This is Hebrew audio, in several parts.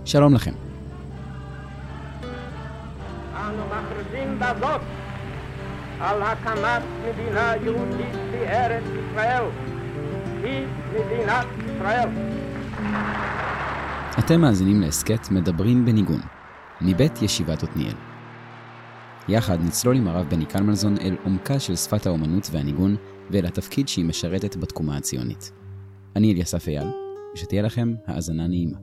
שלום לכם. אנו מכריזים בזאת על הקמת מדינה יהודית בארץ ישראל, היא מדינת ישראל. אתם מאזינים להסכת מדברים בניגון, מבית ישיבת עתניאל. יחד נצלול עם הרב בני קלמנזון אל עומקה של שפת האומנות והניגון ואל התפקיד שהיא משרתת בתקומה הציונית. אני אליסף אייל, ושתהיה לכם האזנה נעימה.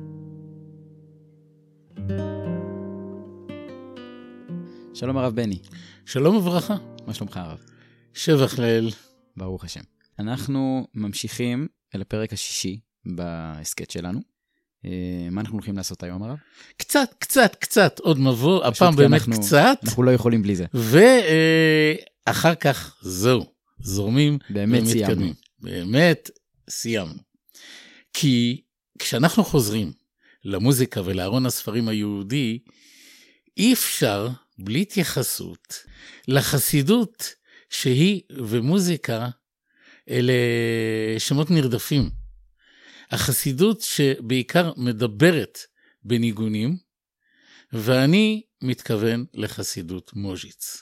שלום הרב בני. שלום וברכה. מה שלומך הרב? שבח לאל. ברוך השם. אנחנו ממשיכים אל הפרק השישי בהסכת שלנו. מה אנחנו הולכים לעשות היום הרב? קצת עוד מבוא, הפעם באמת קצת. אנחנו לא יכולים בלי זה. ואחר כך זהו, זורמים באמת סיימנו. באמת סיימנו. כי כשאנחנו חוזרים למוזיקה ולארון הספרים היהודי, אי אפשר בלי התייחסות לחסידות שהיא ומוזיקה אלה שמות נרדפים. החסידות שבעיקר מדברת בניגונים, ואני מתכוון לחסידות מוז'יץ.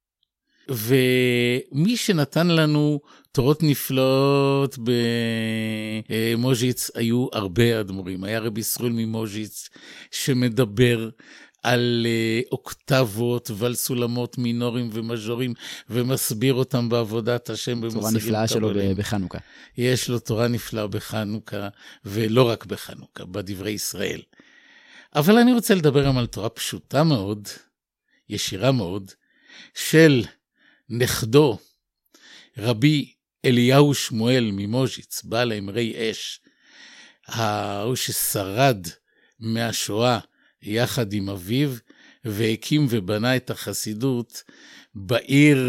ומי שנתן לנו תורות נפלאות במוז'יץ היו הרבה אדמו"רים. היה רבי ישראל ממוז'יץ שמדבר על אוקטבות ועל סולמות מינורים ומז'ורים, ומסביר אותם בעבודת השם. תורה נפלאה שלו בחנוכה. יש לו תורה נפלאה בחנוכה, ולא רק בחנוכה, בדברי ישראל. אבל אני רוצה לדבר גם על תורה פשוטה מאוד, ישירה מאוד, של נכדו, רבי אליהו שמואל ממוז'יץ, בעל אמרי אש, הוא ששרד מהשואה, יחד עם אביו, והקים ובנה את החסידות בעיר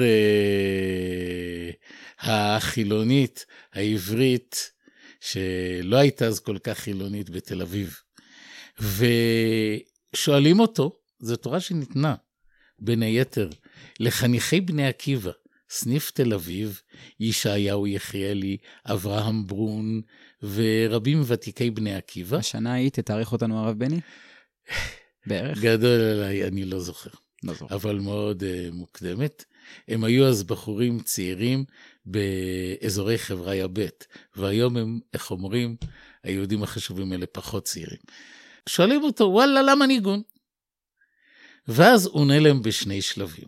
החילונית, העברית, שלא הייתה אז כל כך חילונית בתל אביב. ושואלים אותו, זו תורה שניתנה, בין היתר, לחניכי בני עקיבא, סניף תל אביב, ישעיהו יחיאלי, אברהם ברון, ורבים ותיקי בני עקיבא. השנה היא תתאריך אותנו הרב בני? בערך? גדול עליי, אני לא זוכר. אבל מאוד מוקדמת. הם היו אז בחורים צעירים באזורי חבריה ב', והיום הם, איך אומרים, היהודים החשובים האלה פחות צעירים. שואלים אותו, וואלה, למה ניגון? ואז הוא עונה להם בשני שלבים.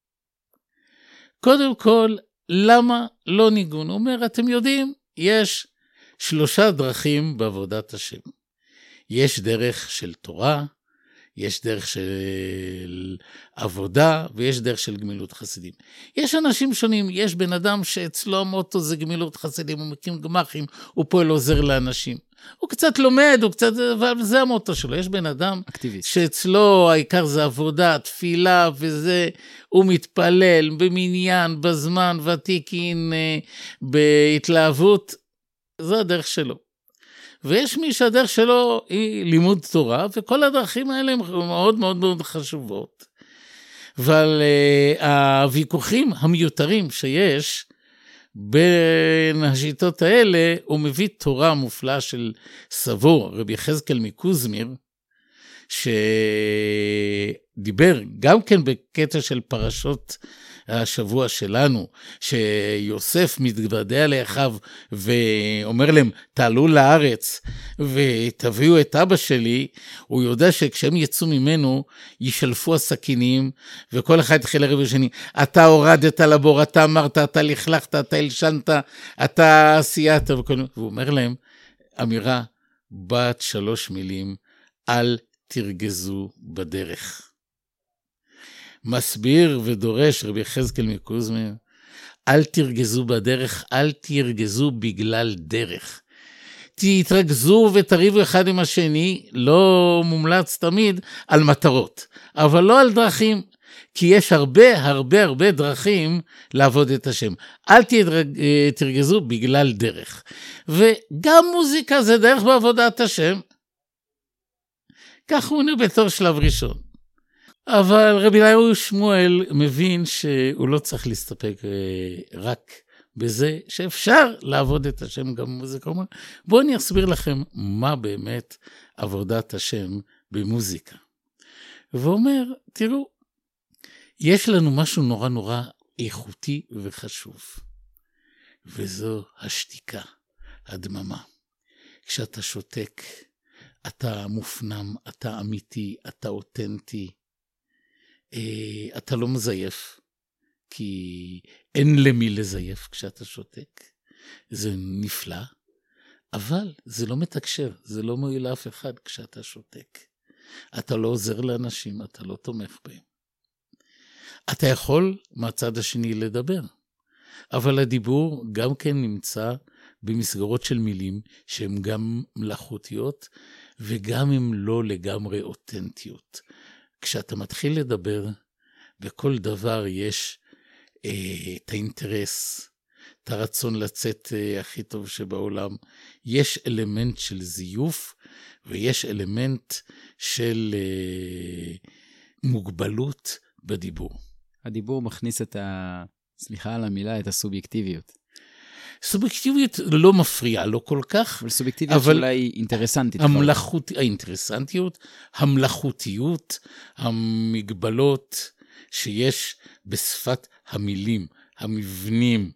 קודם כל, למה לא ניגון? הוא אומר, אתם יודעים, יש 3 דרכים בעבודת השם. יש דרך של תורה, יש דרך של עבודה, ויש דרך של גמילות חסידים. יש אנשים שונים, יש בן אדם שאצלו המוטו זה גמילות חסידים, הוא מקים גמחים, הוא פועל עוזר לאנשים. הוא קצת לומד, אבל זה המוטו שלו. יש בן אדם אקטיביסט. שאצלו העיקר זה עבודה, תפילה וזה, הוא מתפלל במניין, בזמן, ותיקין, בהתלהבות, זו הדרך שלו. ויש מי שהדרך שלו היא לימוד תורה, וכל הדרכים האלה הן מאוד מאוד מאוד חשובות. אבל הוויכוחים המיותרים שיש בין השיטות האלה, הוא מביא תורה מופלאה של סבור, רבי יחזקאל מקוזמיר, שדיבר גם כן בקטע של פרשות השבוע שלנו, שיוסף מתוודע לאחיו ואומר להם, תעלו לארץ ותביאו את אבא שלי, הוא יודע שכשהם יצאו ממנו, ישלפו הסכינים, וכל אחד יתחיל לריב השני, אתה הורדת לבור, אתה אמרת, אתה לכלכת, אתה הלשנת, אתה סייעת, והוא אומר להם, אמירה בת 3 מילים, אל תרגזו בדרך. מסביר ודורש רבי יחזקאל מקוזמיר, אל תרגזו בדרך, אל תרגזו בגלל דרך. תתרכזו ותריבו אחד עם השני, לא מומלץ תמיד על מטרות, אבל לא על דרכים, כי יש הרבה דרכים לעבוד את השם. אל תרגזו בגלל דרך. וגם מוזיקה זה דרך בעבודת השם. כך הוא עונה בתור שלב ראשון. אבל רבי אליהו שמואל מבין שהוא לא צריך להסתפק רק בזה שאפשר לעבוד את השם גם במוזיקה. בואו אני אסביר לכם מה באמת עבודת השם במוזיקה. ואומר, תראו, יש לנו משהו נורא נורא איכותי וחשוב, וזו השתיקה, הדממה. כשאתה שותק, אתה מופנם, אתה אמיתי, אתה אותנטי, אתה לא מזייף, כי אין למי לזייף כשאתה שותק. זה נפלא, אבל זה לא מתקשר, זה לא מועיל לאף אחד כשאתה שותק. אתה לא עוזר לאנשים, אתה לא תומך בהם. אתה יכול מהצד השני לדבר, אבל הדיבור גם כן נמצא במסגרות של מילים שהן גם מלאכותיות וגם הן לא לגמרי אותנטיות. כשאתה מתחיל לדבר, בכל דבר יש את האינטרס, את הרצון לצאת הכי טוב שבעולם. יש אלמנט של זיוף ויש אלמנט של מוגבלות בדיבור. הדיבור מכניס סליחה על המילה, את הסובייקטיביות. סובייקטיביות לא מפריעה, לא כל כך. אבל סובייקטיביות שאולי אינטרסנטית. האינטרסנטיות, המלאכותיות, המגבלות שיש בשפת המילים, המבנים,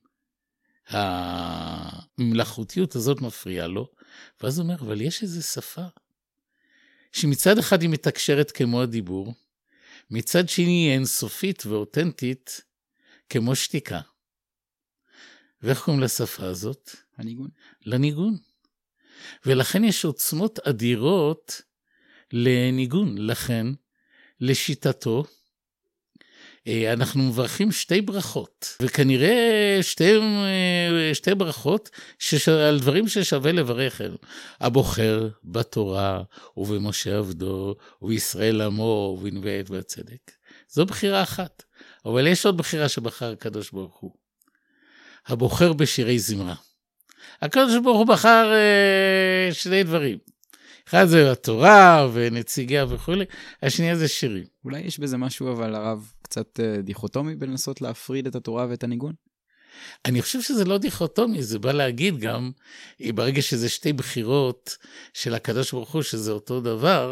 המלאכותיות הזאת מפריעה לו. ואז הוא אומר, אבל יש איזו שפה, שמצד אחד היא מתקשרת כמו הדיבור, מצד שני היא אינסופית ואותנטית כמו שתיקה. ואיך קוראים לשפה הזאת? הניגון. לניגון. ולכן יש עוצמות אדירות לניגון. לכן, לשיטתו, אנחנו מברכים שתי ברכות, וכנראה שתי ברכות על דברים ששווה לברך. הבוחר בתורה ובמשה עבדו ובישראל עמו ובנביאי עת והצדק. זו בחירה אחת, אבל יש עוד בחירה שבחר הקדוש ברוך הוא. הבוחר בשירי זמרה. הקדוש ברוך הוא בחר שני דברים. אחד זה התורה ונציגיה וכו', השנייה זה שירים. אולי יש בזה משהו, אבל הרב קצת דיכוטומי בלנסות להפריד את התורה ואת הניגון? אני חושב שזה לא דיכוטומי, זה בא להגיד גם, ברגע שזה שתי בחירות של הקדוש ברוך הוא, שזה אותו דבר,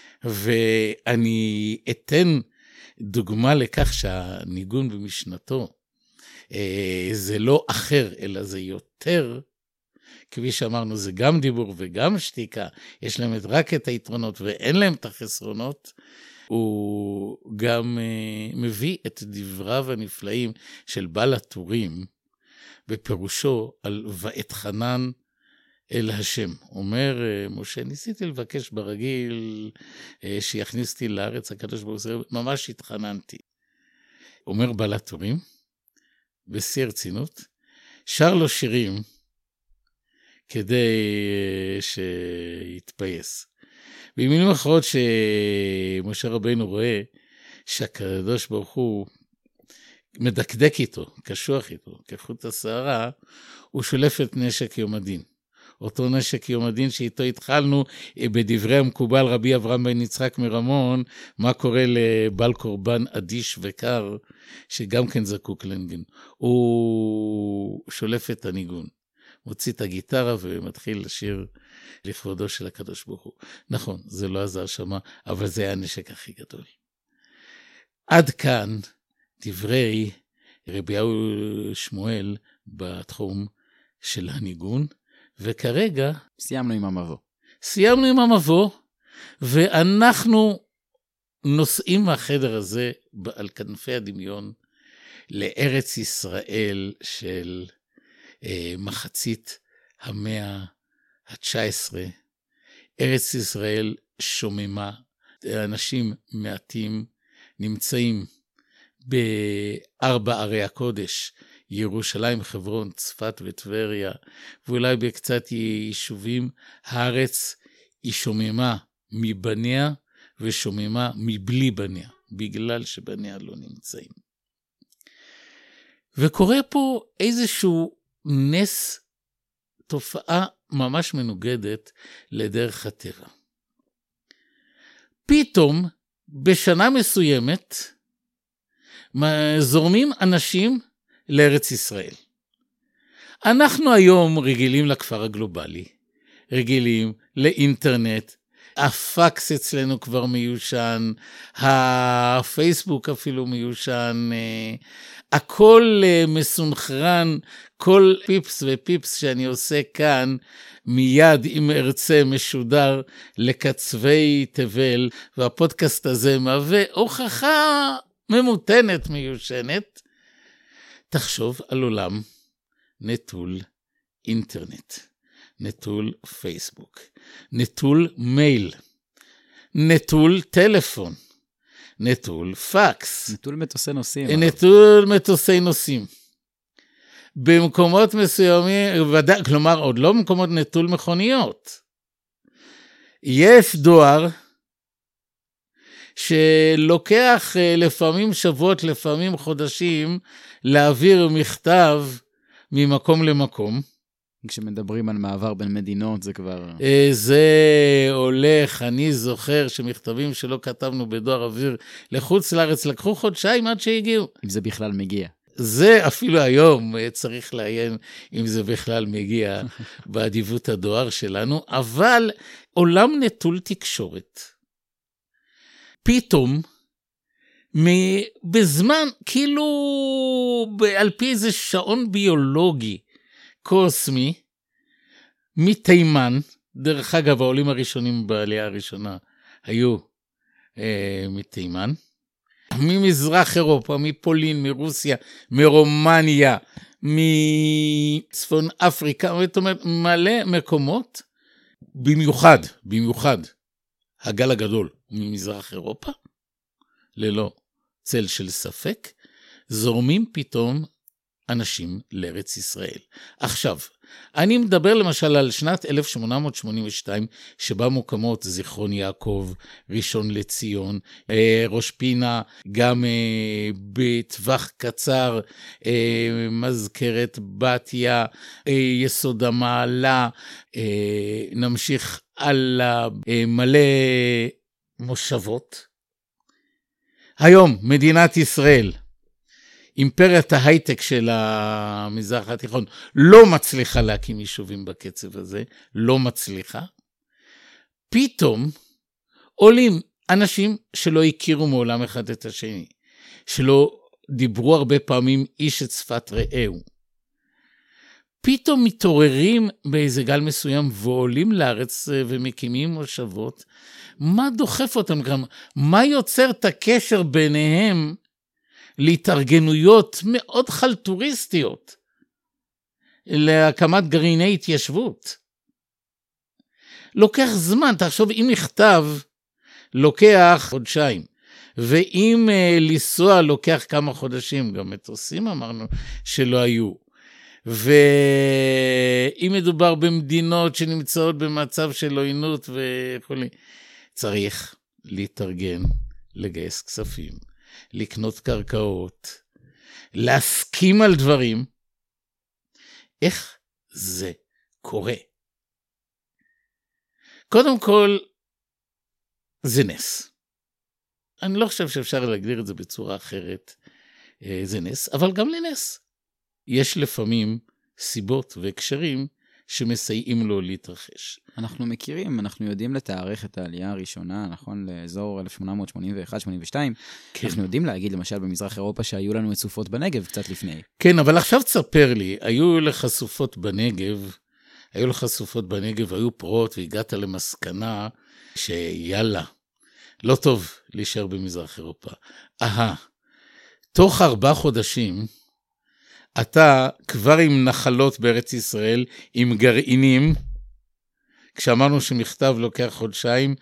ואני אתן דוגמה לכך שהניגון במשנתו, זה לא אחר, אלא זה יותר, כפי שאמרנו, זה גם דיבור וגם שתיקה, יש להם רק את היתרונות ואין להם את החסרונות. הוא גם מביא את דבריו הנפלאים של בעל הטורים, בפירושו על ואת חנן אל השם. אומר משה, ניסיתי לבקש ברגיל שיכניס אותי לארץ, הקדוש ברוך הוא, ממש התחננתי. אומר בעל הטורים, בשיא הרצינות, שר לו שירים, כדי שיתפייס. במילים אחרות שמשה רבינו רואה שהקדוש ברוך הוא מדקדק איתו, קשוח איתו, כחוט השערה, הוא שולף את נשק יום הדין. אותו נשק יום הדין שאיתו התחלנו בדברי המקובל רבי אברהם בן יצחק מרמון, מה קורה לבעל קורבן אדיש וקר, שגם כן זקוק לנגן. הוא שולף את הניגון. מוציא את הגיטרה ומתחיל לשיר לכבודו של הקדוש ברוך הוא. נכון, זה לא עזר שמה, אבל זה היה הנשק הכי גדול. עד כאן דברי רביהו שמואל בתחום של הניגון, וכרגע סיימנו עם המבוא, ואנחנו נוסעים מהחדר הזה על כנפי הדמיון לארץ ישראל של מחצית המאה ה-19, ארץ ישראל שוממה, אנשים מעטים נמצאים בארבע ערי הקודש, ירושלים, חברון, צפת וטבריה, ואולי בקצת יישובים. הארץ היא שוממה מבניה ושוממה מבלי בניה, בגלל שבניה לא נמצאים. וקורה פה איזשהו נס, תופעה ממש מנוגדת לדרך הטבע. פתאום בשנה מסוימת זורמים אנשים לארץ ישראל. אנחנו היום רגילים לכפר הגלובלי, רגילים לאינטרנט, הפקס אצלנו כבר מיושן, הפייסבוק אפילו מיושן, הכל מסונכרן, כל פיפס ופיפס שאני עושה כאן, מיד אם ארצה משודר לקצווי תבל, והפודקאסט הזה מהווה הוכחה ממותנת מיושנת. תחשוב על עולם נטול אינטרנט, נטול פייסבוק, נטול מייל, נטול טלפון, נטול פקס. נטול מטוסי נוסעים. נטול מטוסי נוסעים. במקומות מסוימים, כלומר עוד לא במקומות נטול מכוניות. יש דואר שלוקח לפעמים שבועות, לפעמים חודשים, להעביר מכתב ממקום למקום. כשמדברים על מעבר בין מדינות זה כבר... זה הולך, אני זוכר שמכתבים שלא כתבנו בדואר אוויר לחוץ לארץ, לקחו חודשיים עד שהגיעו. אם זה בכלל מגיע. זה אפילו היום צריך לעיין אם זה בכלל מגיע באדיבות הדואר שלנו, אבל עולם נטול תקשורת. פתאום, בזמן, כאילו על פי איזה שעון ביולוגי קוסמי, מתימן, דרך אגב העולים הראשונים בעלייה הראשונה היו מתימן, ממזרח אירופה, מפולין, מרוסיה, מרומניה, מצפון אפריקה, זאת אומרת, מלא מקומות, במיוחד, הגל הגדול ממזרח אירופה, ללא צל של ספק, זורמים פתאום אנשים לארץ ישראל. עכשיו, אני מדבר למשל על שנת 1882, שבה מוקמות זיכרון יעקב, ראשון לציון, ראש פינה, גם בטווח קצר, מזכרת בתיה, יסוד המעלה, נמשיך על מלא מושבות. היום, מדינת ישראל, אימפריית ההייטק של המזרח התיכון לא מצליחה להקים יישובים בקצב הזה, לא מצליחה. פתאום עולים אנשים שלא הכירו מעולם אחד את השני, שלא דיברו הרבה פעמים איש את שפת רעהו. פתאום מתעוררים באיזה גל מסוים ועולים לארץ ומקימים מושבות. מה דוחף אותם גם? מה יוצר את הקשר ביניהם להתארגנויות מאוד חלטוריסטיות להקמת גרעיני התיישבות? לוקח זמן, תחשוב, אם נכתב לוקח חודשיים, ואם לנסוע לוקח כמה חודשים, גם מטוסים אמרנו שלא היו, ואם מדובר במדינות שנמצאות במצב של עוינות וכו', צריך להתארגן, לגייס כספים, לקנות קרקעות, להסכים על דברים. איך זה קורה? קודם כל, זה נס. אני לא חושב שאפשר להגדיר את זה בצורה אחרת. זה נס, אבל גם לנס. יש לפעמים סיבות והקשרים שמסייעים לו להתרחש. אנחנו מכירים, אנחנו יודעים לתארך את העלייה הראשונה, נכון, לאזור 1881-82. כן. אנחנו יודעים להגיד, למשל, במזרח אירופה, שהיו לנו סופות בנגב קצת לפני. כן, אבל עכשיו תספר לי, היו לך סופות בנגב, היו פרות, והגעת למסקנה שיאללה, לא טוב להישאר במזרח אירופה. תוך 4 חודשים, אתה כבר עם נחלות בארץ ישראל, עם גרעינים, כשאמרנו שמכתב לוקח חודשיים,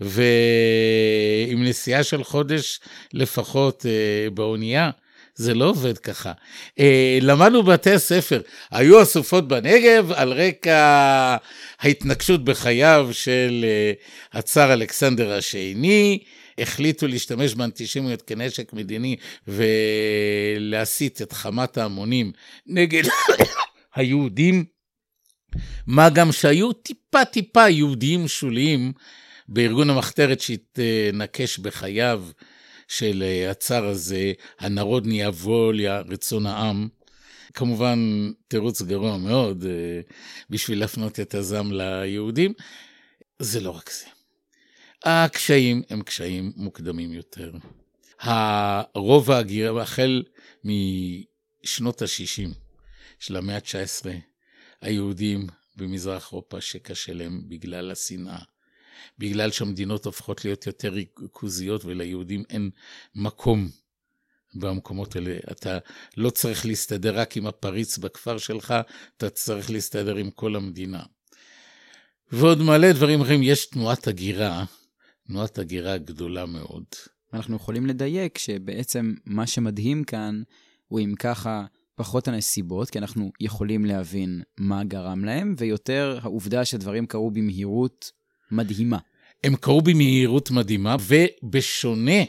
ועם נסיעה של חודש לפחות באונייה, זה לא עובד ככה. למדנו בתי הספר, היו הסופות בנגב על רקע ההתנגשות בחייו של הצאר אלכסנדר השני, החליטו להשתמש באנטישמיות כנשק מדיני ולהסית את חמת ההמונים נגד היהודים, מה גם שהיו טיפה יהודיים שוליים בארגון המחתרת שהתנקש בחייו של הצאר הזה, הנרודניה ווליה, רצון העם, כמובן תירוץ גרוע מאוד בשביל להפנות את הזעם ליהודים. זה לא רק זה. הקשיים הם קשיים מוקדמים יותר. הרוב ההגירה החל משנות ה-60 של המאה ה-19, היהודים במזרח אירופה שקשה להם בגלל השנאה, בגלל שהמדינות הופכות להיות יותר ריכוזיות וליהודים אין מקום במקומות האלה. אתה לא צריך להסתדר רק עם הפריץ בכפר שלך, אתה צריך להסתדר עם כל המדינה. ועוד מלא דברים אחרים, יש תנועת הגירה גדולה מאוד. אנחנו יכולים לדייק שבעצם מה שמדהים כאן הוא אם ככה פחות הנסיבות, כי אנחנו יכולים להבין מה גרם להם, ויותר העובדה שדברים קרו במהירות מדהימה. הם קרו במהירות מדהימה, ובשונה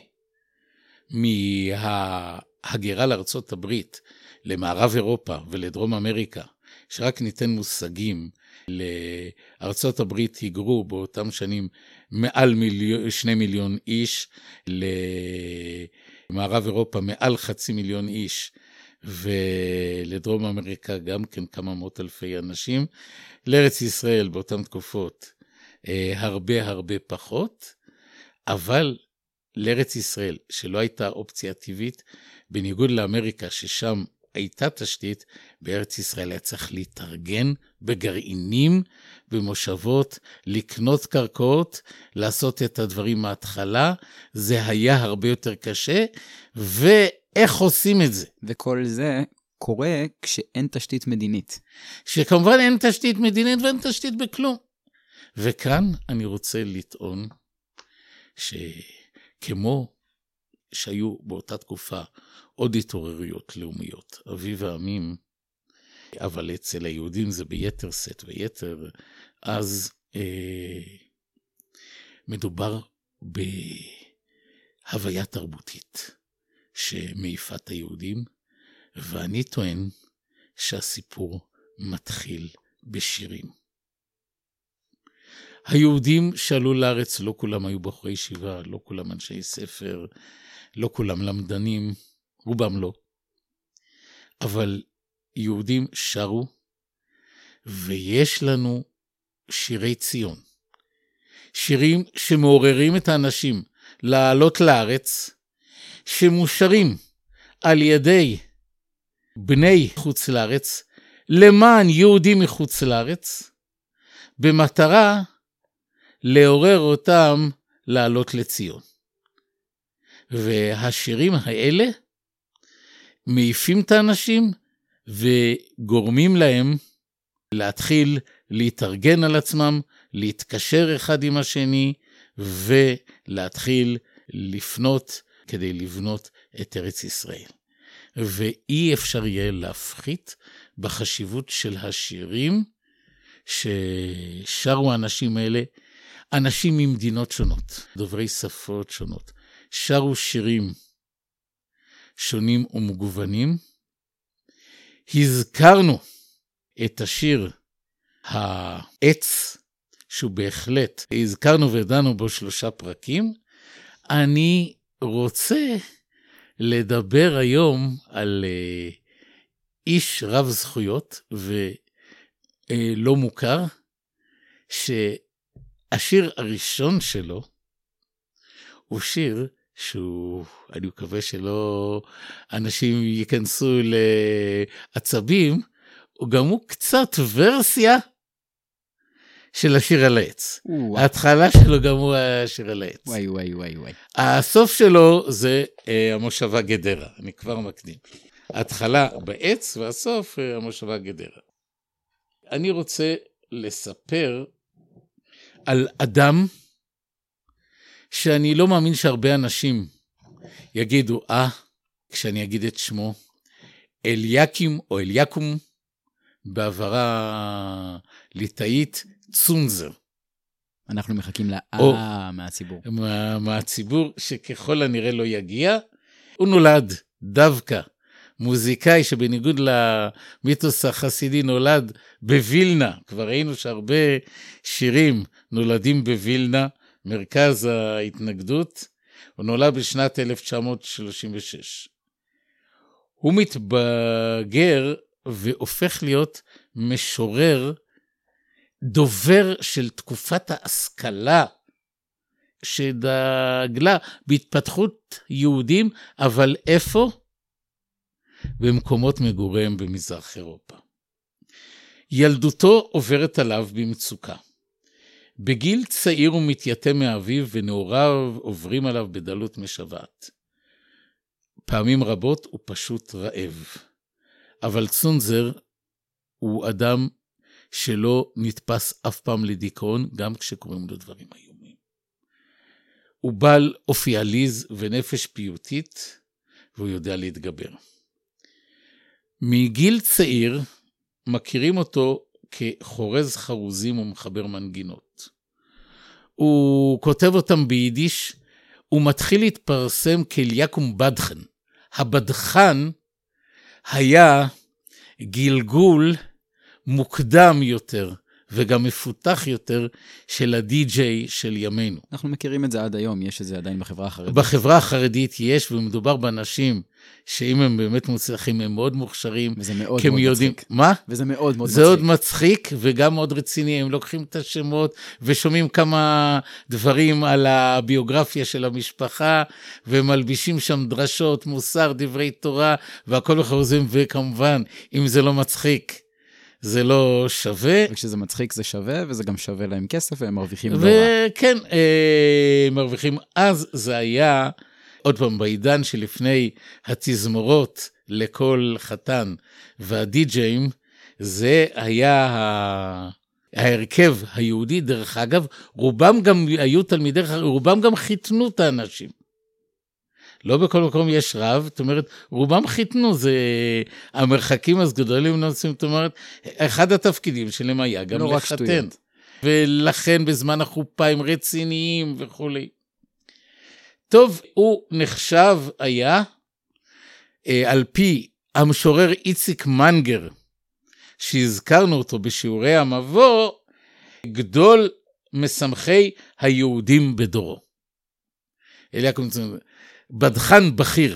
מההגירה לארצות הברית, למערב אירופה ולדרום אמריקה, שרק ניתן מושגים, לארצות הברית היגרו באותם שנים מעל 2 מיליון איש, למערב אירופה מעל 500,000 איש, ולדרום אמריקה גם כן כמה מאות אלפי אנשים. לארץ ישראל באותן תקופות הרבה פחות, אבל לארץ ישראל שלא הייתה אופציה טבעית, בניגוד לאמריקה ששם הייתה תשתית, בארץ ישראל היה צריך להתארגן בגרעינים, במושבות, לקנות קרקעות, לעשות את הדברים מההתחלה. זה היה הרבה יותר קשה, ואיך עושים את זה? וכל זה קורה כשאין תשתית מדינית. שכמובן אין תשתית מדינית ואין תשתית בכלום. וכאן אני רוצה לטעון שכמו שהיו באותה תקופה עוד התעוררויות לאומיות, אביב העמים, אבל אצל היהודים זה ביתר סט ויתר, אז מדובר בהוויה תרבותית שמעיפה את היהודים, ואני טוען שהסיפור מתחיל בשירים. היהודים שעלו לארץ, לא כולם היו בחורי ישיבה, לא כולם אנשי ספר, לא כולם למדנים, רובם לא. אבל יהודים שרו, ויש לנו שירי ציון. שירים שמעוררים את האנשים לעלות לארץ, שמושרים על ידי בני חוץ לארץ, למען יהודים מחוץ לארץ, במטרה לעורר אותם לעלות לציון. והשירים האלה מעיפים את האנשים וגורמים להם להתחיל להתארגן על עצמם, להתקשר אחד עם השני ולהתחיל לפנות כדי לבנות את ארץ ישראל. ואי אפשר יהיה להפחית בחשיבות של השירים ששרו האנשים האלה, אנשים ממדינות שונות, דוברי שפות שונות, שרו שירים שונים ומגוונים. הזכרנו את השיר העץ, שהוא בהחלט, הזכרנו ודנו בו 3 פרקים. אני רוצה לדבר היום על איש רב זכויות ולא מוכר, שהשיר הראשון שלו הוא שיר שהוא, אני מקווה שלא אנשים ייכנסו לעצבים, הוא גם הוא קצת ורסיה של השיר על העץ. ההתחלה שלו גם הוא השיר על העץ. וואי. הסוף שלו זה המושבה גדרה, אני כבר מקדים. ההתחלה בעץ והסוף המושבה גדרה. אני רוצה לספר על אדם שאני לא מאמין שהרבה אנשים יגידו, כשאני אגיד את שמו, אליקים או אלייקום, בעברה ליטאית, צונזר. אנחנו מחכים מהציבור. מהציבור שככל הנראה לא יגיע. הוא נולד דווקא מוזיקאי שבניגוד למיתוס החסידי נולד בווילנה. כבר ראינו שהרבה שירים נולדים בווילנה, מרכז ההתנגדות. הוא נולד בשנת 1936. הוא מתבגר והופך להיות משורר, דובר של תקופת ההשכלה, שדגלה בהתפתחות יהודים, אבל איפה? במקומות מגוריהם במזרח אירופה. ילדותו עוברת עליו במצוקה. בגיל צעיר הוא מתייתם מאביו, ונעוריו עוברים עליו בדלות משוועת. פעמים רבות הוא פשוט רעב. אבל צונזר הוא אדם שלא נתפס אף פעם לדיכאון, גם כשקוראים לו דברים איומים. הוא בעל אופי עליז ונפש פיוטית, והוא יודע להתגבר. מגיל צעיר מכירים אותו כחורז חרוזים ומחבר מנגינות. הוא כותב אותם ביידיש, הוא מתחיל להתפרסם כאלייקום בדחן. הבדחן היה גלגול מוקדם יותר, וגם מפותח יותר של הדי-ג'יי של ימינו. אנחנו מכירים את זה עד היום, יש את זה עדיין בחברה החרדית. בחברה החרדית יש, ומדובר באנשים שאם הם באמת מוצלחים, הם מאוד מוכשרים. וזה מאוד מאוד מצחיק. מה? וזה מאוד מאוד מצחיק. זה עוד מצחיק, וגם מאוד רציני. הם לוקחים את השמות, ושומעים כמה דברים על הביוגרפיה של המשפחה, ומלבישים שם דרשות, מוסר, דברי תורה, והכל בחרוזים, וכמובן, אם זה לא מצחיק, זה לא שווה. וכשזה מצחיק זה שווה, וזה גם שווה להם כסף, והם מרוויחים לא רע. וכן, מרוויחים. אז זה היה, עוד פעם, בעידן שלפני התזמורות לכל חתן והדי-ג'יים, זה היה ההרכב היהודי, דרך אגב, רובם גם היו תלמידי, רובם גם חיתנו את האנשים. לא בכל מקום יש רב, זאת אומרת, רובם חיתנו, זה המרחקים אז גדולים נוסעים, זאת אומרת, אחד התפקידים שלהם היה גם לא לחתן. ולכן בזמן החופה הם רציניים וכו'. טוב, הוא נחשב היה, על פי המשורר איציק מנגר, שהזכרנו אותו בשיעורי המבוא, גדול משמחי היהודים בדורו. בדחן בכיר.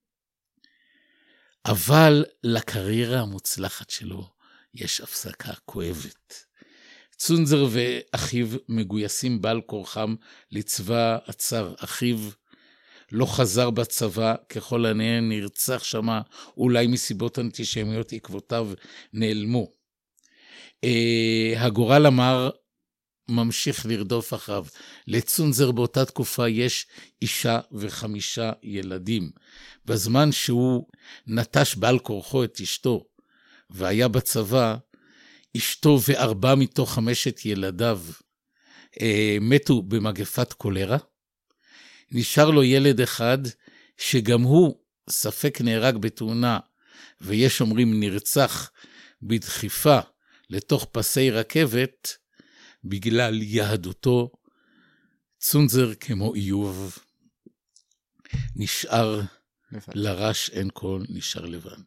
אבל לקריירה המוצלחת שלו יש הפסקה כואבת. צונזר ואחיו מגויסים בעל כורחם לצבא הצר. אחיו לא חזר בצבא, ככל הנראה נרצח שמה, אולי מסיבות אנטישמיות, עקבותיו נעלמו. הגורל המר ממשיך לרדוף אחריו. לצונזר באותה תקופה יש 5 ילדים. בזמן שהוא נטש בעל כורחו את אשתו, והיה בצבא, אשתו ו4 מתוך 5 ילדיו מתו במגפת קולרה. נשאר לו ילד אחד, שגם הוא ספק נהרג בתאונה, ויש אומרים נרצח בדחיפה לתוך פסי רכבת, בגלל יהדותו. צונזר כמו איוב, נשאר לרש אין כל, נשאר לבד.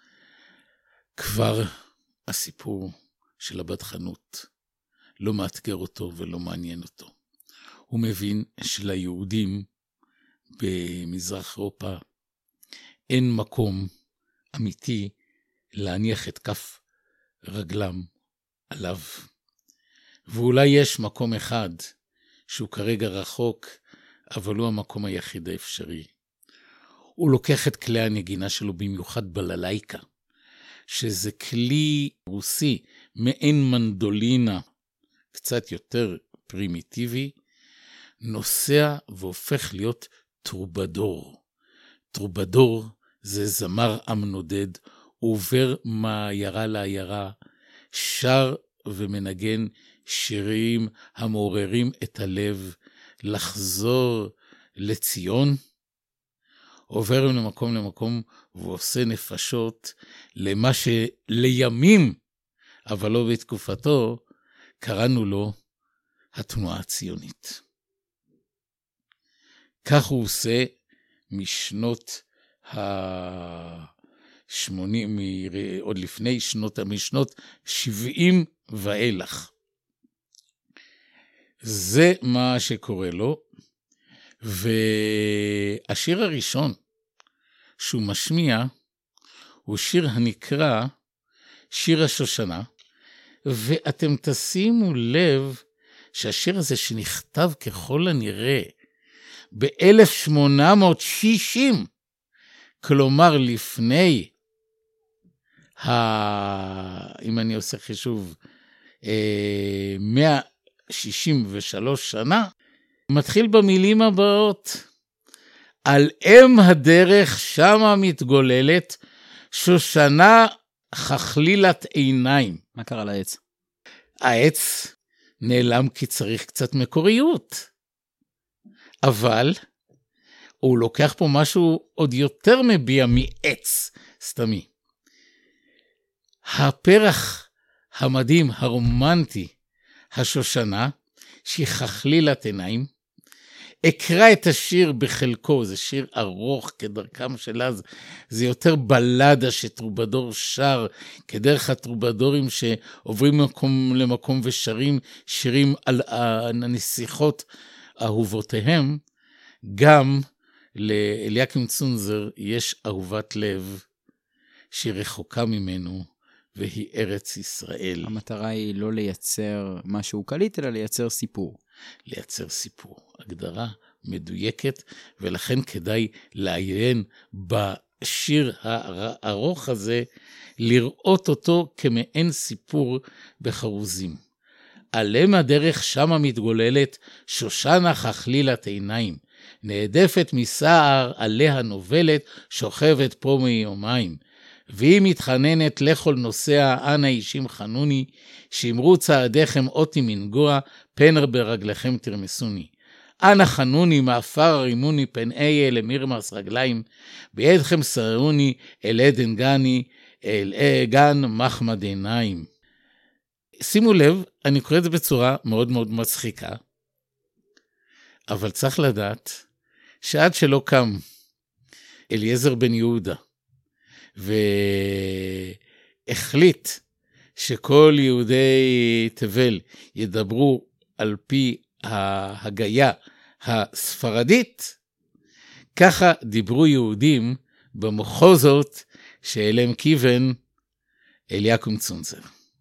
כבר הסיפור של הבדחנות לא מאתגר אותו ולא מעניין אותו. הוא מבין שליהודים במזרח אירופה אין מקום אמיתי להניח את כף רגלם עליו. ואולי יש מקום אחד שהוא כרגע רחוק, אבל הוא המקום היחיד האפשרי. הוא לוקח את כלי הנגינה שלו, במיוחד בללייקה, שזה כלי רוסי, מעין מנדולינה, קצת יותר פרימיטיבי, נוסע והופך להיות טרובדור. טרובדור זה זמר עם נודד, הוא עובר מהעיירה לעיירה, שר ומנגן שירים המעוררים את הלב, לחזור לציון, עובר ממקום למקום ועושה נפשות למה שלימים, אבל לא בתקופתו, קראנו לו התנועה הציונית. כך הוא עושה משנות ה-80, עוד לפני משנות 70 ואילך. זה מה שקורה לו, והשיר הראשון שהוא משמיע, הוא שיר הנקרא שיר השושנה, ואתם תשימו לב שהשיר הזה שנכתב ככל הנראה ב-1860, כלומר לפני, אם אני עושה חישוב, 163 שנה, מתחיל במילים הבאות, על אם הדרך שמה מתגוללת, שושנה חכלילת עיניים. מה קרה לעץ? העץ נעלם כי צריך קצת מקוריות. אבל הוא לוקח פה משהו עוד יותר מביע מעץ סתמי. הפרח המדהים, הרומנטי, השושנה, שהיא חכלילת עיניים, אקרא את השיר בחלקו, זה שיר ארוך כדרכם של אז, זה יותר בלדה שטרובדור שר, כדרך הטרובדורים שעוברים ממקום למקום ושרים שירים על הנסיכות אהובותיהם, גם לאליקים צונזר יש אהובת לב שהיא רחוקה ממנו, והיא ארץ ישראל. המטרה היא לא לייצר משהו קליט, אלא לייצר סיפור. לייצר סיפור, הגדרה מדויקת, ולכן כדאי לעיין בשיר הארוך הזה, לראות אותו כמעין סיפור בחרוזים. עלם הדרך שמה מתגוללת, שושנה חכלילת עיניים, נעדפת מסער עליה נובלת, שוכבת פה מיומיים. והיא מתחננת לכל נוסע, אנא אישים חנוני, שמרו צעדיכם אותי מנגוע, פנר ברגליכם תרמסוני. אנא חנוני, מאפר הרימוני, פן איה למרמס רגליים, בידכם שרוני, אל עדן גני, אל גן מחמד עיניים. שימו לב, אני קורא את זה בצורה מאוד מאוד מצחיקה, אבל צריך לדעת, שעד שלא קם אליעזר בן יהודה, והחליט שכל יהודי תבל ידברו על פי ההגייה הספרדית, ככה דיברו יהודים במחוזות שאליהם כיוון אליקים צונזר.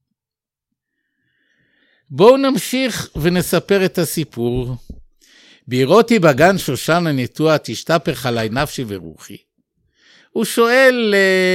בואו נמשיך ונספר את הסיפור. בירותי בגן שושן הנטוע תשתפך עלי נפשי ורוחי. הוא שואל,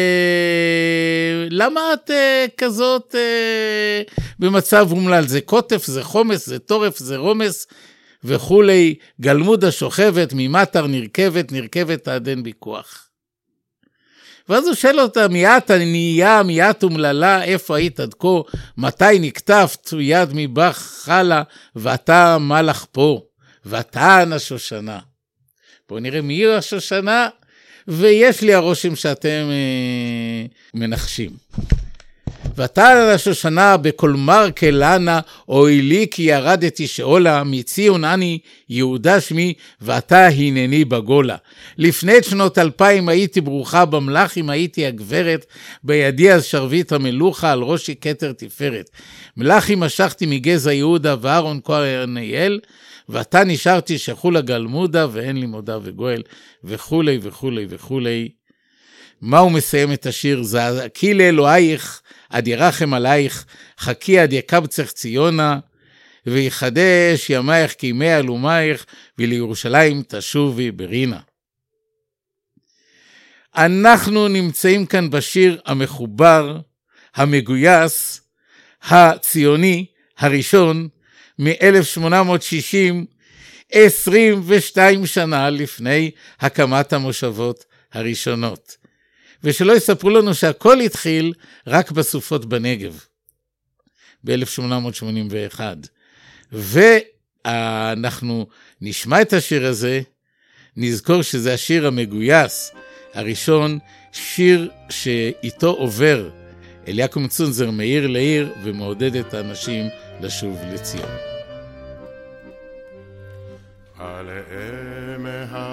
למה את כזאת במצב אומלל? זה קוטף, זה חומס, זה טורף, זה רומס וכולי. גלמודה שוכבת, ממטר נרכבת עדן בכוח. ואז הוא שואל אותה, מיית ענייה, מיית אומללה, איפה היית עד כה? מתי נקטפת יד מבך חלה, ואתה מלך פה, ואתה השושנה. בואו נראה מי היא השושנה, ויש לי הרושם שאתם מנחשים. ואתה השושנה בכל מרקה לנה, אוי לי כי ירדתי שאולה, מציון אני יהודה שמי, ואתה הנני בגולה. לפני שנות 2000 הייתי ברוכה במלאכים, הייתי הגברת, בידי אז שרבית המלוכה, על ראשי כתר תפארת. מלאכים משכתי מגזע יהודה ואהרון כהניאל, ואתה נשארתי שחולה גלמודה, ואין לי מודה וגואל, וכולי וכולי וכולי. מה הוא מסיים את השיר? זעקי לאלוהיך, עד ירחם עלייך, חכי עד יקבצך ציונה, ויחדש ימייך כימי אלומייך, ולירושלים תשובי ברינה. אנחנו נמצאים כאן בשיר המחובר, המגויס, הציוני, הראשון, מ-1860, 22 שנה לפני הקמת המושבות הראשונות. ושלא יספרו לנו שהכל התחיל רק בסופות בנגב, ב-1881. ואנחנו נשמע את השיר הזה, נזכור שזה השיר המגויס הראשון, שיר שאיתו עובר אליקים צונזר מעיר לעיר, ומעודד את האנשים לשוב לציון. על אם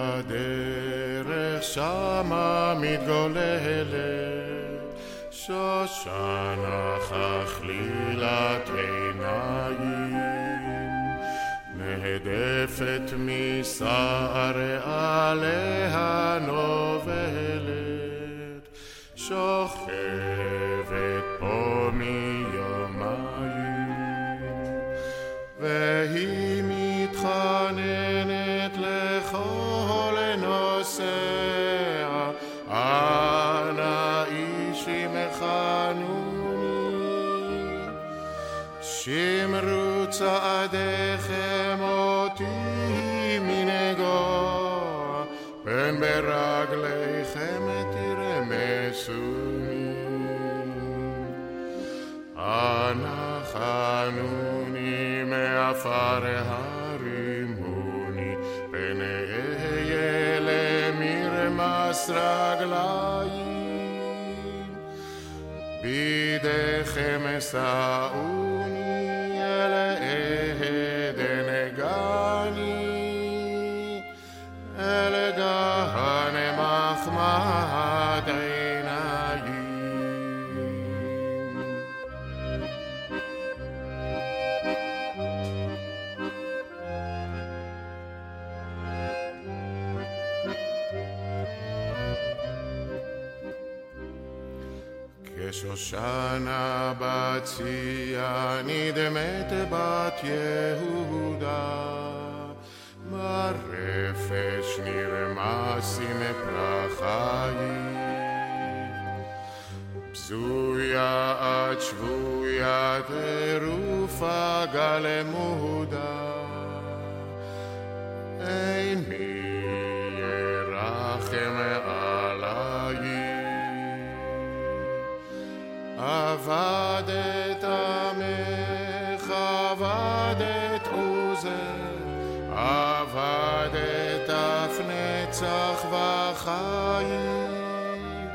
הדרך שמה מתגוללת, שושנה חכלילת עיניים, נהדפת משער עליה נובלת, שוכבת פה מיומיים, והיא מתחננת לכל נוסע, אנא אישי מחנוני, שמרו צעדיכם אותי מנגוע, פן ברגליכם תרמסוני. אנא חנוני מעפר הרימוני, פן אהיה למרמס רגליים, בידיכם שאוני אל עדן גני, אל גן מחמד עיניים. כשושנה בצייה נדמת בת יהודה, ברפש נרמסי מפרחיים, בזויה עד שבויה תרופה גלמודה, אין מי ירחם עליי. עבדת עמך, עבדת עוזר, עבדת אף נצח וחיים,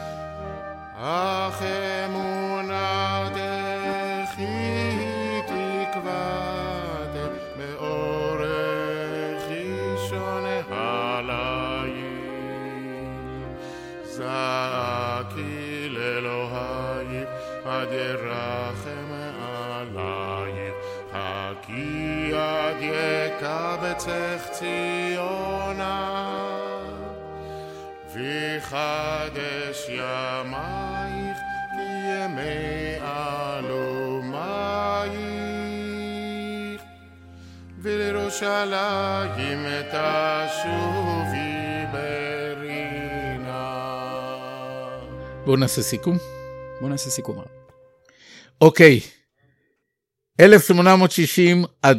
אך אמונתך היא תקוותך, באורך אישון עליים. זעקי לאלוהי עד ירחם עלייך, חכי עד יקבצך ציונה, ויחדש ימייך כימי אלומייך, ולירושלים תשובי ברינה. בואו נעשה סיכום. אוקיי, 1860 עד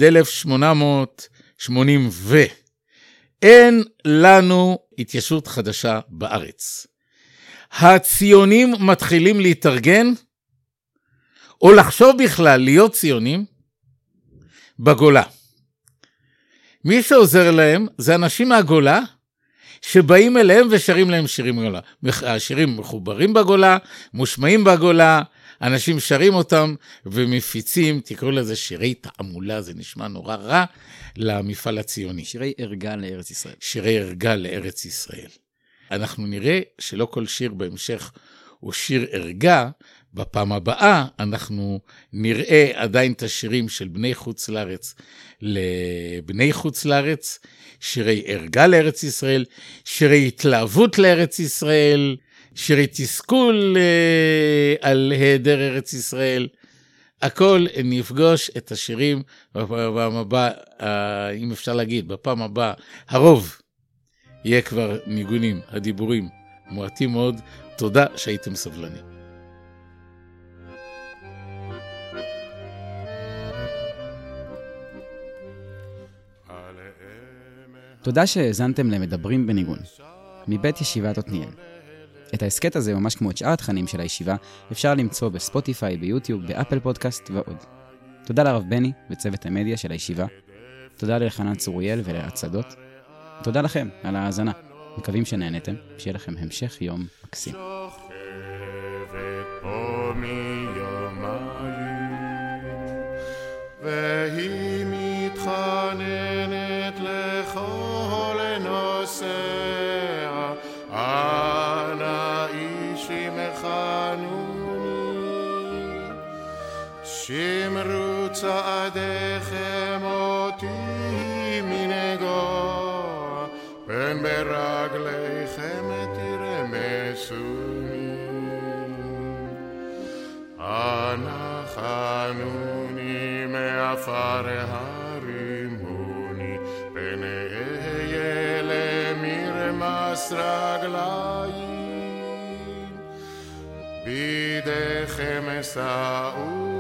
1880 אין לנו התיישבות חדשה בארץ. הציונים מתחילים להתארגן, או לחשוב בכלל להיות ציונים, בגולה. מי שעוזר להם זה אנשים מהגולה, שבאים אליהם ושרים להם שירים בגולה. השירים מחוברים בגולה, מושמעים בגולה, אנשים שרים אותם ומפיצים, תקראו לזה שירי תעמולה, זה נשמע נורא רע, למפעל הציוני. שירי ערגה לארץ ישראל. שירי ערגה לארץ ישראל. אנחנו נראה שלא כל שיר בהמשך הוא שיר ערגה, בפעם הבאה אנחנו נראה עדיין את השירים של בני חוץ לארץ לבני חוץ לארץ, שירי ערגה לארץ ישראל, שירי התלהבות לארץ ישראל, שירי תסכול על היעדר ארץ ישראל. הכל נפגוש את השירים בפעם הבאה, אם אפשר להגיד, בפעם הבאה, הרוב יהיה כבר ניגונים, הדיבורים מועטים מאוד. תודה שהייתם סבלנים. תודה שהאזנתם למדברים בניגון, מבית ישיבת עתניאל. את העסקת הזה, ממש כמו את שאר התכנים של הישיבה, אפשר למצוא בספוטיפיי, ביוטיוב, באפל פודקאסט ועוד. תודה לרב בני וצוות המדיה של הישיבה. תודה לרחנן צוריאל ולהצדות. תודה לכם על ההאזנה. מקווים שנהנתם, שיהיה לכם המשך יום מקסים. שוכבת פה מיומיים, והיא מתחננת לכל נוסע, אנא אישי מחנוני, שמרו צעדיכם אותי מנגוע, פן ברגליכם תרמסוני. חנוני מעפר הרימוני, פני אהיה למרמס רגליים, בידיכם אשאו